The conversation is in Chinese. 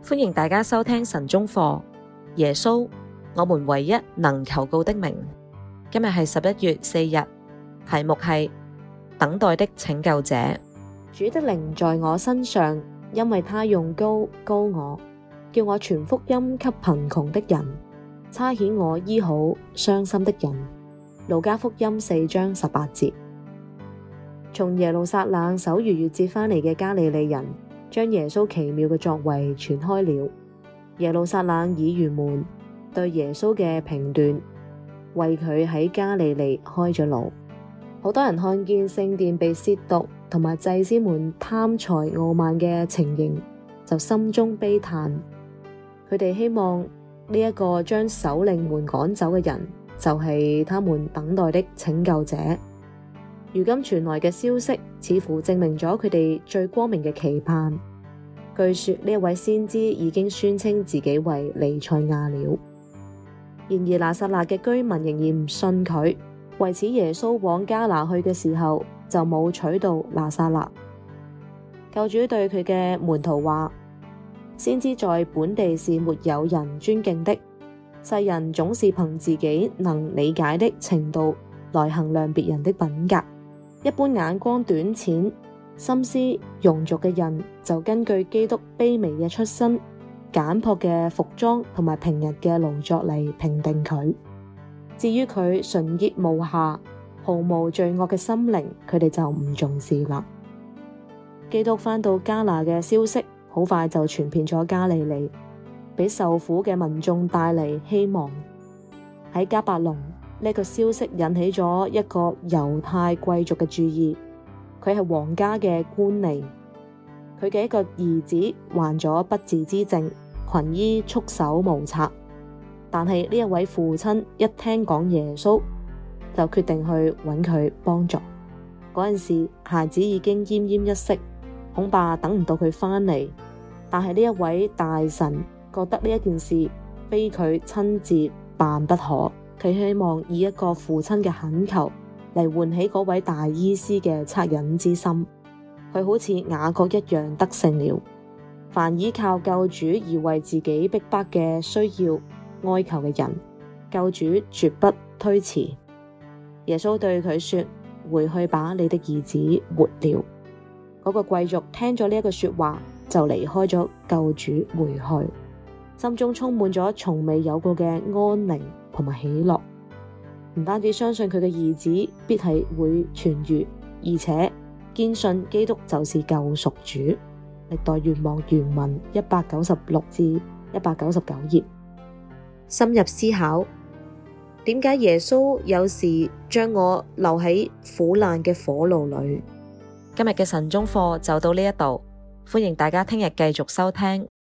歡迎大家收聽晨鐘課，耶穌，我們唯一能求告的名。今日係11月4日，題目係等待的拯救者。 主的靈在我身上，因為他用膏膏我，叫我傳福音給貧窮的人，差遣我醫好傷心的人。路加福音4章18節。從耶路撒冷守逾越節返嚟嘅加利利人，將耶穌奇妙嘅作為傳開了。耶路撒冷議員們對耶穌嘅評斷，為佢喺加利利開咗路。好多人看見聖殿被褻瀆，同埋祭司們貪財傲慢嘅情形，就心中悲嘆。佢哋希望呢一個將首領們趕走嘅人，就係他們等待的拯救者。如今傳來嘅消息，似乎證明咗佢哋最光明嘅期盼。據說呢一位先知已經宣稱自己為彌賽亞了。然而拿撒勒嘅居民仍然唔信佢，為此耶穌往迦拿去嘅時候，就冇取到拿撒勒。救主對佢嘅門徒話：先知在本地是沒有人尊敬的，世人總是憑自己能理解的程度來衡量別人的品格。一般眼光短淺、心思庸俗嘅人，就根據基督卑微嘅出身、簡樸嘅服裝同埋平日嘅勞作嚟評定佢。至於佢純潔無瑕、毫無罪惡嘅心靈，佢哋就唔重視啦。基督返到迦拿嘅消息，好快就傳遍咗加利利，俾受苦嘅民眾帶嚟希望。喺迦百農，呢個消息引起咗一個猶太貴族嘅注意。佢係皇家嘅官吏，佢嘅一個兒子患咗不治之症，群醫束手無策。但係呢一位父親一聽講耶穌，就決定去揾佢幫助。嗰陣時，孩子已經奄奄一息，恐怕等唔到佢返嚟。但係呢一位大臣覺得呢一件事非佢親自辦不可，佢希望以一個父親嘅懇求嚟喚起嗰位大醫師嘅惻隱之心。佢好似雅各一樣得勝了。凡依靠救主而為自己逼迫嘅需要哀求嘅人，救主絕不推辭。耶穌對佢說：回去把你的兒子活了。嗰個貴族聽咗呢一句說話，就離開咗救主回去，心中充滿咗從未有過嘅安寧同埋喜樂。唔單止相信佢嘅兒子必係會痊癒，而且堅信基督就是救贖主。歷代願望原文196至199頁。深入思考，點解耶穌有時將我留喺苦難嘅火爐裏？ 今日嘅晨鐘課就到呢一度，歡迎大家聽日繼續收聽。